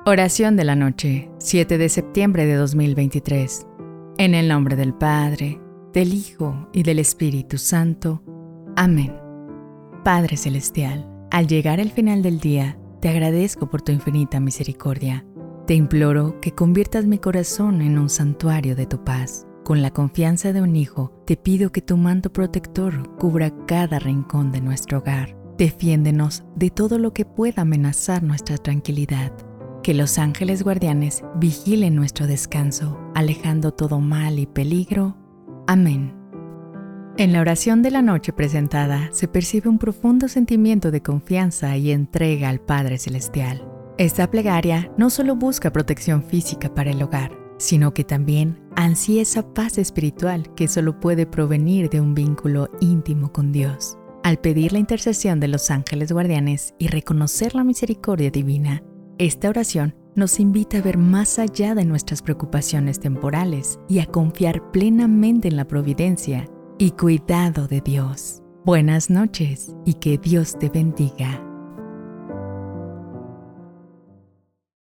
Oración de la noche, 7 de septiembre de 2023. En el nombre del Padre, del Hijo y del Espíritu Santo. Amén. Padre Celestial, al llegar al final del día, te agradezco por tu infinita misericordia. Te imploro que conviertas mi corazón en un santuario de tu paz. Con la confianza de un hijo, te pido que tu manto protector cubra cada rincón de nuestro hogar. Defiéndenos de todo lo que pueda amenazar nuestra tranquilidad. Que los ángeles guardianes vigilen nuestro descanso, alejando todo mal y peligro. Amén. En la oración de la noche presentada se percibe un profundo sentimiento de confianza y entrega al Padre Celestial. Esta plegaria no solo busca protección física para el hogar, sino que también ansía esa paz espiritual que solo puede provenir de un vínculo íntimo con Dios. Al pedir la intercesión de los ángeles guardianes y reconocer la misericordia divina, esta oración nos invita a ver más allá de nuestras preocupaciones temporales y a confiar plenamente en la providencia y cuidado de Dios. Buenas noches y que Dios te bendiga.